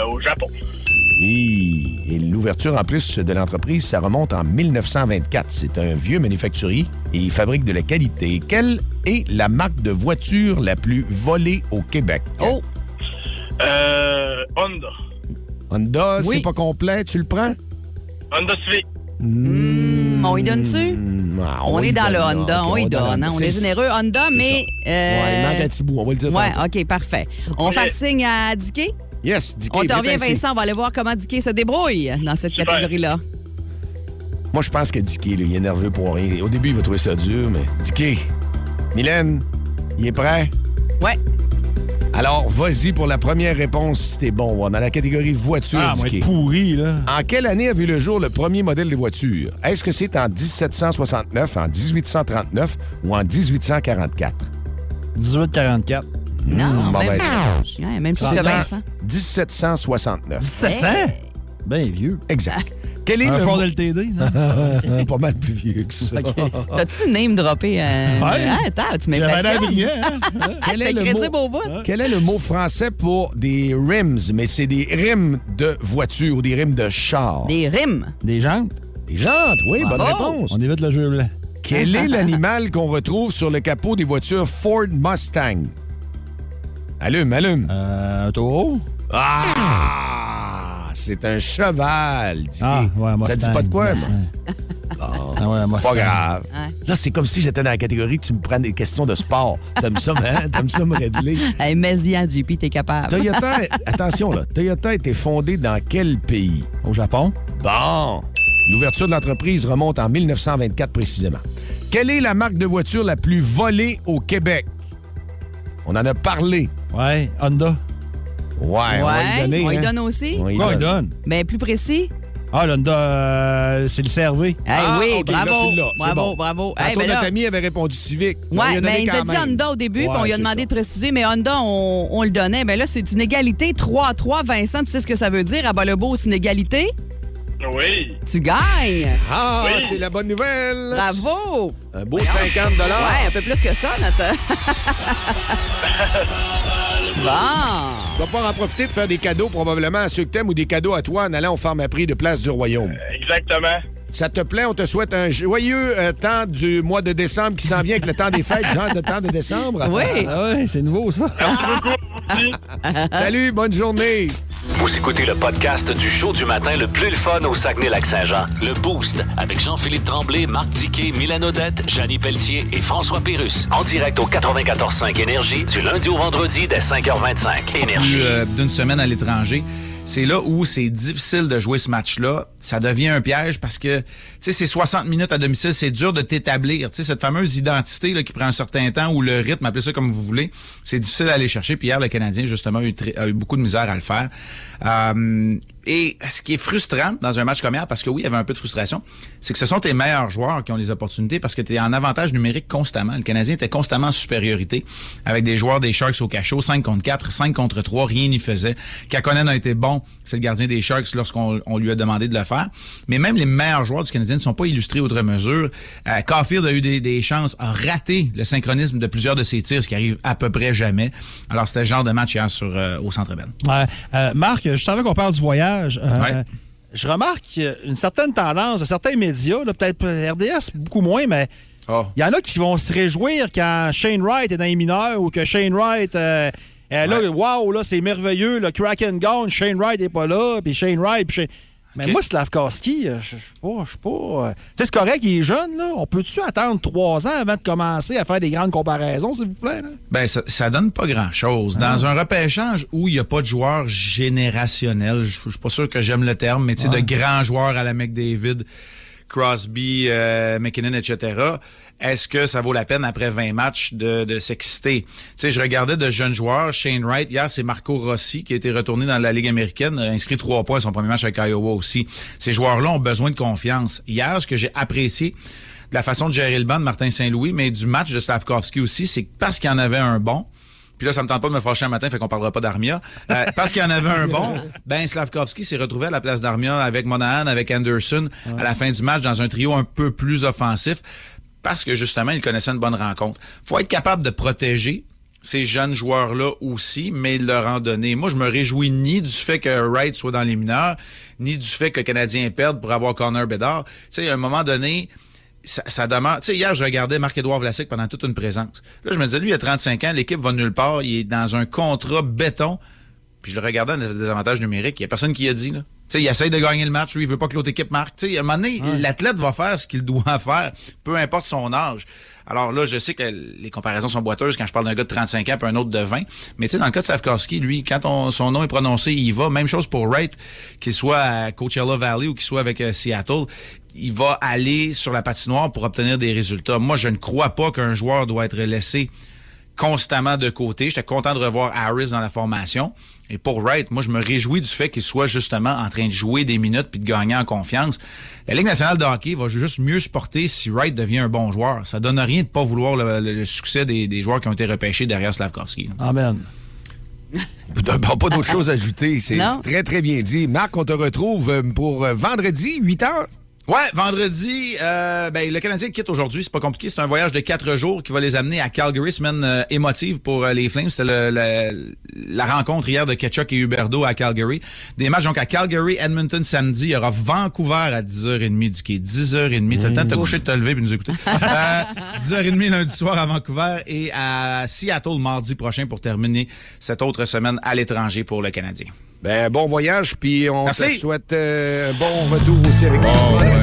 S7: Au Japon.
S4: Oui. Et l'ouverture, en plus, de l'entreprise, ça remonte en 1924. C'est un vieux manufacturier et il fabrique de la qualité. Quelle est la marque de voiture la plus volée au Québec?
S5: Oh!
S7: Honda.
S4: Honda,
S5: Oui.
S4: c'est pas complet. Tu le prends?
S7: Honda Civic.
S5: On y donne-tu? On est dans le Honda, on y donne. On est généreux, Honda, mais...
S4: Ouais, il manque un petit bout, on va le dire.
S5: Ouais,
S4: tantôt.
S5: OK, parfait. On fait signe à Dicky?
S4: Yes, Dicky.
S5: On te revient,
S4: prête ainsi.
S5: Vincent. On va aller voir comment Dicky se débrouille dans cette catégorie-là.
S4: Moi, je pense que Dicky, là, il est nerveux pour rien. Au début, il va trouver ça dur, mais... Dicky, Mylène, il est prêt?
S5: Ouais.
S4: Alors, vas-y pour la première réponse si t'es bon. On va dans la catégorie voiture,
S6: Ah, moi,
S4: Dicky.
S6: être pourri, là.
S4: En quelle année a vu le jour le premier modèle de voiture? Est-ce que c'est en 1769, en 1839 ou en 1844?
S6: 1844.
S5: Non,
S4: mauvaise
S5: même,
S4: réponse.
S5: ouais, même plus
S4: C'est
S5: que
S4: en
S5: Vincent.
S4: 1769.
S6: 1700? Ben vieux.
S4: Exact. Quel est
S6: Un
S4: le
S6: Ford
S4: mot-
S6: LTD, non?
S4: Pas mal plus vieux que ça.
S5: T'as-tu name droppé?
S6: Ouais.
S5: Attends, tu
S6: J'avais l'air
S5: m'impressionnes.
S6: brillant, hein?
S4: Quel est,
S5: T'es
S4: le
S5: crédible
S4: mot,
S5: au bout.
S4: quel est le mot français pour des rims? Mais c'est des rims de voiture ou des rims de char.
S5: Des rimes.
S6: Des jantes?
S4: Des jantes, oui, bonne
S5: Bravo.
S4: réponse.
S6: On évite le jeu blanc.
S4: Quel est l'animal qu'on retrouve sur le capot des voitures Ford Mustang? Allume, allume.
S6: Un taureau?
S4: Ah! C'est un cheval, Dicky.
S6: Ah, ouais, Mustang.
S4: Ça dit pas de quoi,
S6: Mustang.
S4: moi?
S6: Ah ouais, Mustang.
S4: Pas grave.
S5: Ouais.
S4: Là, c'est comme si j'étais dans la catégorie que tu me prends des questions de sport. T'aimes ça, hein? T'aimes ça me régler?
S5: Hey, mais-y, JP, t'es capable.
S4: Toyota, attention, là. Toyota a été fondée dans quel pays?
S6: Au Japon?
S4: Bon. L'ouverture de l'entreprise remonte en 1924 précisément. Quelle est la marque de voiture la plus volée au Québec? On en a parlé.
S6: Ouais, Honda.
S4: Ouais, on va y donner.
S5: on y
S4: hein?
S5: donne aussi.
S4: On y
S6: Quoi, il
S4: donne.
S6: donne?
S5: Mais plus précis.
S6: Ah, l'Honda, c'est le CRV.
S5: Hey,
S4: Ah,
S5: oui,
S4: OK, là,
S5: bravo.
S4: tu l'as. C'est
S5: bravo,
S4: bon.
S5: bravo.
S4: Tantôt,
S5: Hey, ben
S4: notre
S5: là,
S4: ami avait répondu Civic. On lui
S5: ouais,
S4: a donné
S5: mais il
S4: quand
S5: nous a dit
S4: même.
S5: Honda au début, puis
S4: Ouais,
S5: on lui a
S4: c'est
S5: demandé
S4: ça.
S5: de préciser, mais Honda, on le donnait. Ben là, c'est une égalité 3-3. Vincent, tu sais ce que ça veut dire? À Bas-le-Beau, c'est une égalité.
S7: Oui.
S5: Tu gagnes.
S4: Ah,
S7: Oui.
S4: c'est la bonne nouvelle.
S5: Bravo.
S4: Un beau 50
S5: Ouais, un peu plus que ça, notre. Bon.
S4: Tu vas pouvoir en profiter pour faire des cadeaux probablement à ceux que t'aimes ou des cadeaux à toi en allant au Pharmaprix de Place du Royaume.
S7: Exactement.
S4: Ça te plaît? On te souhaite un joyeux temps du mois de décembre qui s'en vient avec le temps des fêtes, genre de temps de décembre.
S5: Oui.
S6: Ah ouais, c'est nouveau, ça.
S4: Salut, bonne journée.
S3: Vous écoutez le podcast du show du matin le plus le fun au Saguenay-Lac-Saint-Jean. Le Boost avec Jean-Philippe Tremblay, Marc Diquet, Mylène Odette, Jannie Pelletier et François Pérusse. En direct au 94.5 Énergie du lundi au vendredi dès 5h25. Énergie.
S11: D'une semaine à l'étranger. C'est là où c'est difficile de jouer ce match-là. Ça devient un piège parce que, tu sais, c'est 60 minutes à domicile. C'est dur de t'établir. Tu sais, cette fameuse identité là, qui prend un certain temps ou le rythme, appelez ça comme vous voulez, c'est difficile à aller chercher. Puis hier, le Canadien, justement, a eu beaucoup de misère à le faire. Et ce qui est frustrant dans un match comme hier, parce que oui, il y avait un peu de frustration, c'est que ce sont tes meilleurs joueurs qui ont les opportunités parce que tu es en avantage numérique constamment. Le Canadien était constamment en supériorité avec des joueurs des Sharks au cachot, 5 contre 4, 5 contre 3, rien n'y faisait. Kakonen a été bon, c'est le gardien des Sharks lorsqu'on lui a demandé de le faire. Mais même les meilleurs joueurs du Canadien ne sont pas illustrés outre mesure. Caulfield a eu des chances, a raté le synchronisme de plusieurs de ses tirs, ce qui arrive à peu près jamais. Alors, c'était le genre de match hier au Centre Bell.
S6: Ouais. Marc, je savais qu'on parle du voyage.
S11: Ouais.
S6: Je remarque une certaine tendance de certains médias, là, peut-être RDS beaucoup moins, mais il y en a qui vont se réjouir quand Shane Wright est dans les mineurs ou que Shane Wright là, wow, là, c'est merveilleux, le Kraken gone, Shane Wright n'est pas là, puis Shane Wright, puis Mais moi, Slavkovski, je suis pas... Tu sais, c'est correct, il est jeune, là. On peut-tu attendre 3 ans avant de commencer à faire des grandes comparaisons, s'il vous plaît, là?
S11: Ben, ça donne pas grand-chose. Dans un repêchage où il n'y a pas de joueurs générationnels, je suis pas sûr que j'aime le terme, mais tu sais, de grands joueurs à la McDavid, Crosby, McKinnon, etc., est-ce que ça vaut la peine, après 20 matchs, de s'exciter? Tu sais, je regardais de jeunes joueurs. Shane Wright, hier, c'est Marco Rossi qui a été retourné dans la Ligue américaine, inscrit 3 points à son premier match avec Iowa aussi. Ces joueurs-là ont besoin de confiance. Hier, ce que j'ai apprécié de la façon de gérer le banc de Martin Saint-Louis, mais du match de Slavkovski aussi, c'est que parce qu'il y en avait un bon, puis là, ça me tente pas de me fâcher un matin, fait qu'on parlera pas d'Armia. Parce qu'il y en avait un bon, ben Slavkovski s'est retrouvé à la place d'Armia avec Monahan, avec Anderson, à la fin du match, dans un trio un peu plus offensif, parce que justement, il connaissait une bonne rencontre. Faut être capable de protéger ces jeunes joueurs-là aussi, mais il leur en donner. Moi, je me réjouis ni du fait que Wright soit dans les mineurs, ni du fait que le Canadien perde pour avoir Connor Bedard. Tu sais, à un moment donné, ça demeure... Tu sais, hier, je regardais Marc-Édouard Vlasic pendant toute une présence. Là, je me disais, lui, il a 35 ans, l'équipe va nulle part, il est dans un contrat béton. Puis je le regardais dans des avantages numériques, il n'y a personne qui a dit, là. Tu sais, il essaye de gagner le match, lui, il veut pas que l'autre équipe marque. Tu sais, à un moment donné, l'athlète va faire ce qu'il doit faire, peu importe son âge. Alors là, je sais que les comparaisons sont boiteuses quand je parle d'un gars de 35 ans puis un autre de 20. Mais tu sais, dans le cas de Slavkovski, lui, quand son nom est prononcé, il va. Même chose pour Wright, qu'il soit à Coachella Valley ou qu'il soit avec Seattle. Il va aller sur la patinoire pour obtenir des résultats. Moi, je ne crois pas qu'un joueur doit être laissé constamment de côté. J'étais content de revoir Harris dans la formation. Et pour Wright, moi, je me réjouis du fait qu'il soit justement en train de jouer des minutes puis de gagner en confiance. La Ligue nationale de hockey va juste mieux se porter si Wright devient un bon joueur. Ça donne rien de pas vouloir le succès des joueurs qui ont été repêchés derrière Slavkovski.
S6: Amen.
S4: Pas d'autre chose à ajouter. C'est très, très bien dit. Marc, on te retrouve pour vendredi, 8h.
S11: Ouais, vendredi, le Canadien quitte aujourd'hui, c'est pas compliqué, c'est un voyage de 4 jours qui va les amener à Calgary, semaine émotive pour les Flames. C'était la rencontre hier de Ketchuk et Huberdeau à Calgary. Des matchs donc à Calgary, Edmonton samedi, il y aura Vancouver à 10h30 du quai, 10h30. T'as le temps de te coucher, de te lever et de nous écouter. 10h30 lundi soir à Vancouver et à Seattle mardi prochain pour terminer cette autre semaine à l'étranger pour le Canadien.
S4: Ben, bon voyage, puis on te souhaite un bon retour aussi avec nous.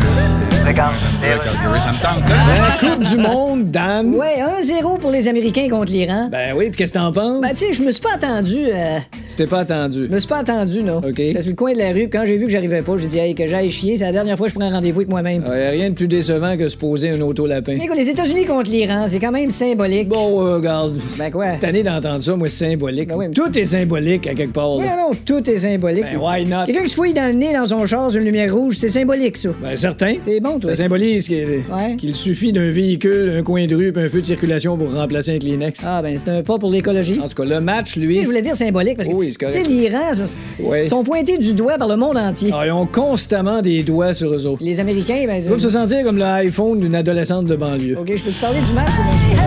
S11: Ça me tente, ça.
S9: La Coupe du Monde, Dan.
S10: Ouais, 1-0 pour les Américains contre l'Iran.
S9: Ben oui, puis qu'est-ce que t'en penses?
S10: Ben, tu sais, je me suis pas attendu.
S9: Tu t'es pas attendu?
S10: Je me suis pas attendu, non.
S9: OK.
S10: J'étais sur le coin de la rue, puis quand j'ai vu que j'arrivais pas, j'ai dit, hey, que j'aille chier. C'est la dernière fois que je prends un rendez-vous avec moi-même.
S9: Rien de plus décevant que se poser un auto-lapin.
S10: Écoute, les États-Unis contre l'Iran, c'est quand même symbolique.
S9: Bon, regarde.
S10: Ben quoi?
S9: T'as tanné d'entendre ça, moi, c'est symbolique.
S10: Ben oui, mais...
S9: Tout est symbolique à quelque part.
S10: Là. Non, tout est symbolique.
S9: Ben, why not?
S10: Quelqu'un qui se fouille dans le nez dans son char sur une lumière rouge, c'est symbolique, ça.
S9: Ben, certain.
S10: C'est bon, toi.
S9: Ça symbolise qu'il suffit d'un véhicule, un coin de rue puis un feu de circulation pour remplacer un Kleenex.
S10: Ah, ben, c'est un pas pour l'écologie.
S9: En tout cas, le match, lui...
S10: Tu sais, je voulais dire symbolique parce que...
S9: Oui, c'est correct.
S10: Tu sais, l'Iran, ils sont pointés du doigt par le monde entier.
S9: Ah, ils ont constamment des doigts sur eux autres.
S10: Les Américains, ben...
S9: Ils doivent se sentir comme l'iPhone d'une adolescente de banlieue.
S10: OK, je peux te parler du match?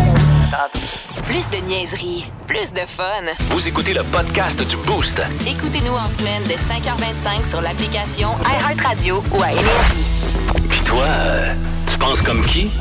S2: Plus de niaiserie, plus de fun.
S3: Vous écoutez le podcast du Boost.
S2: Écoutez-nous en semaine de 5h25 sur l'application iHeartRadio ou à Énergie.
S3: Puis toi, tu penses comme qui?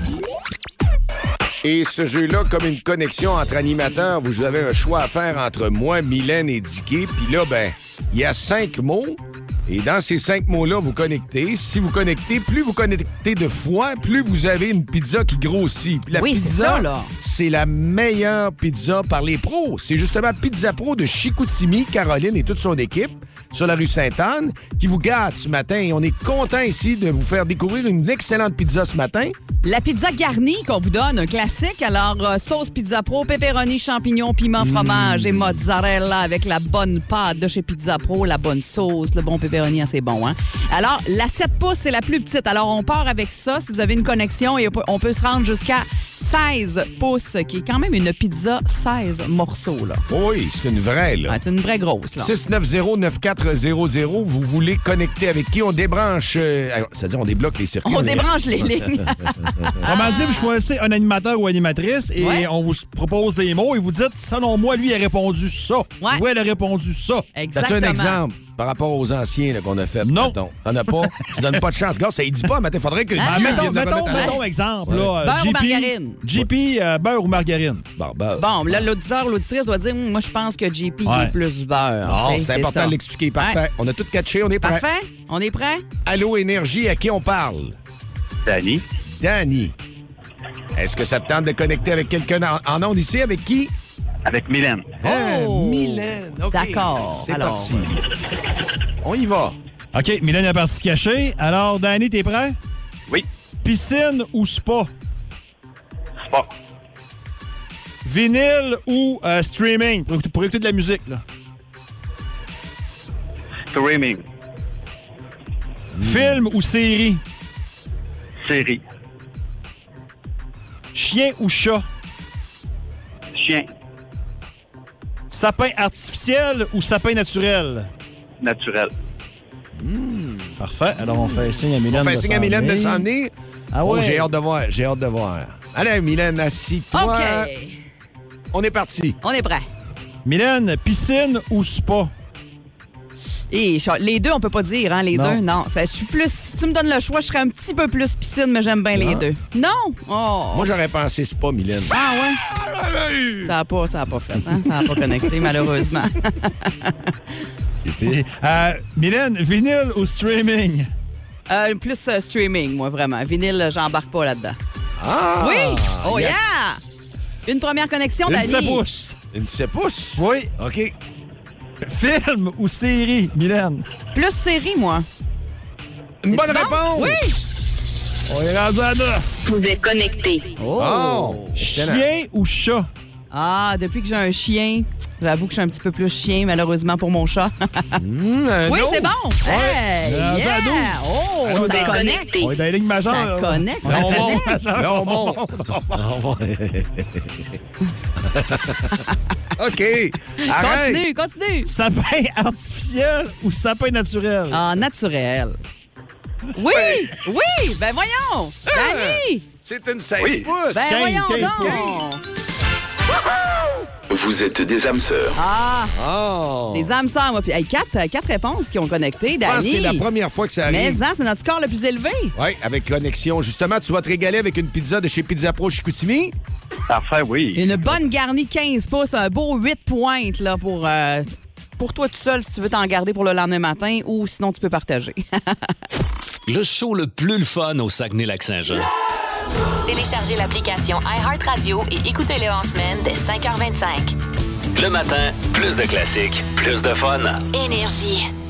S4: Et ce jeu-là, comme une connexion entre animateurs, vous avez un choix à faire entre moi, Mylène et Dicky. Puis là, ben, il y a 5 mots. Et dans ces 5 mots-là, vous connectez. Si vous connectez, plus vous connectez de fois, plus vous avez une pizza qui grossit. Puis la pizza, c'est la meilleure pizza par les pros. C'est justement Pizza Pro de Chicoutimi, Caroline et toute son équipe sur la rue Sainte-Anne qui vous gâte ce matin. Et on est content ici de vous faire découvrir une excellente pizza ce matin.
S5: La pizza garnie qu'on vous donne, un classique. Alors, sauce Pizza Pro, pepperoni, champignons, piment, fromage et mozzarella avec la bonne pâte de chez Pizza Pro, la bonne sauce, le bon pepperoni, c'est bon, hein? Alors, la 7 pouces, c'est la plus petite. Alors, on part avec ça. Si vous avez une connexion, et on peut se rendre jusqu'à 16 pouces, qui est quand même une pizza 16 morceaux, là.
S4: Oui, c'est une vraie, là.
S5: Ouais, c'est une vraie grosse, là.
S4: 690-9400. Vous voulez connecter avec qui? On débranche... c'est-à-dire, on débloque les circuits.
S5: On débranche les lignes.
S6: Comment dire, vous choisissez un animateur ou animatrice et on vous propose des mots et vous dites, selon moi, lui, il a répondu ça.
S5: Ouais.
S6: Oui, elle a répondu ça.
S5: Exactement.
S4: As-tu un exemple par rapport aux anciens là, qu'on a fait?
S6: Non.
S4: T'en as pas? Tu donnes pas de chance. Gars, ça ne dit pas, mais il faudrait que...
S6: Mettons exemple. Là,
S5: beurre ou margarine?
S6: JP, beurre ou margarine?
S4: Bon, beurre.
S5: Bon, là, l'auditrice doit dire, moi, je pense que JP est plus beurre.
S4: Non, c'est important de l'expliquer. Parfait. Ouais. On a tout catché, on est prêt.
S5: Parfait. On est prêt?
S4: Allô, Énergie, à qui on parle?
S7: Danny.
S4: Danny. Est-ce que ça te tente de connecter avec quelqu'un en ondes ici? Avec qui?
S7: Avec Mylène.
S4: Mylène. OK.
S5: D'accord.
S4: C'est parti. On y va.
S6: OK, Mylène est partie cachée. Alors, Danny, t'es prêt?
S7: Oui.
S6: Piscine ou spa?
S7: Spa.
S6: Vinyle ou streaming? Pour écouter de la musique, là.
S7: Streaming.
S6: Film ou série?
S7: Série.
S6: Chien ou chat?
S7: Chien.
S6: Sapin artificiel ou sapin naturel?
S7: Naturel.
S6: Parfait. Alors, on fait signe à Mylène
S4: de s'en venir. de s'en venir.
S6: Ah ouais.
S4: Oh, j'ai hâte de voir. Allez, Mylène, assis-toi.
S5: OK.
S4: On est parti.
S5: On est prêt.
S6: Mylène, piscine ou spa?
S5: Et les deux, on peut pas dire, hein, les deux. Non. Je suis plus. Si tu me donnes le choix, je serais un petit peu plus piscine, mais j'aime bien les deux. Non! Oh.
S4: Moi, j'aurais pensé spa, Mylène.
S5: Ah ouais? Ça a pas fait, hein? Ça n'a pas connecté, malheureusement.
S6: C'est fini. Mylène, vinyle ou streaming?
S5: Plus streaming, moi, vraiment. Vinyle, j'embarque pas là-dedans.
S4: Ah!
S5: Oui! Oh yeah! Une première connexion, Dani.
S6: Une 7 pouces.
S4: Une 7 pouces?
S6: Oui.
S4: OK.
S6: Film ou série, Mylène?
S5: Plus série, moi.
S4: Une bonne réponse!
S5: Oui!
S6: On est rendu à 9.
S2: Vous êtes connectés.
S5: Oh!
S6: Chien ou chat?
S5: Ah, depuis que j'ai un chien, j'avoue que je suis un petit peu plus chien, malheureusement, pour mon chat. Oui, c'est bon! Hey! Yeah! Oh!
S2: Vous
S5: Ça
S2: êtes
S5: connecte!
S2: connectés.
S6: On est dans les lignes majeures.
S5: Ça connecte, ça
S4: Là, on
S5: connecte.
S4: monte. Là, on monte. OK. Arrête.
S5: Continue!
S6: Sapin artificiel ou sapin naturel?
S5: Ah, naturel. Oui! Oui! Ben voyons! Dani!
S4: C'est une 16 pouces.
S5: Ben
S6: 15,
S5: voyons
S6: 15
S5: donc!
S3: Vous êtes des âmes sœurs.
S5: Ah!
S4: Oh.
S5: Des âmes sœurs, moi. Puis, hey, quatre réponses qui ont connecté,
S4: Je pense que
S5: Dani.
S4: c'est la première fois que ça
S5: Mais
S4: arrive.
S5: c'est notre score le plus élevé.
S4: Oui, avec connexion. Justement, tu vas te régaler avec une pizza de chez Pizza Pro Chicoutimi.
S7: Parfait, oui.
S5: Une bonne garnie 15 pouces, un beau 8 pointes là, pour toi tout seul si tu veux t'en garder pour le lendemain matin ou sinon tu peux partager.
S3: Le show le plus fun au Saguenay-Lac-Saint-Jean.
S2: Téléchargez l'application iHeartRadio et écoutez-le en semaine dès 5h25.
S3: Le matin, plus de classiques, plus de fun.
S2: Énergie.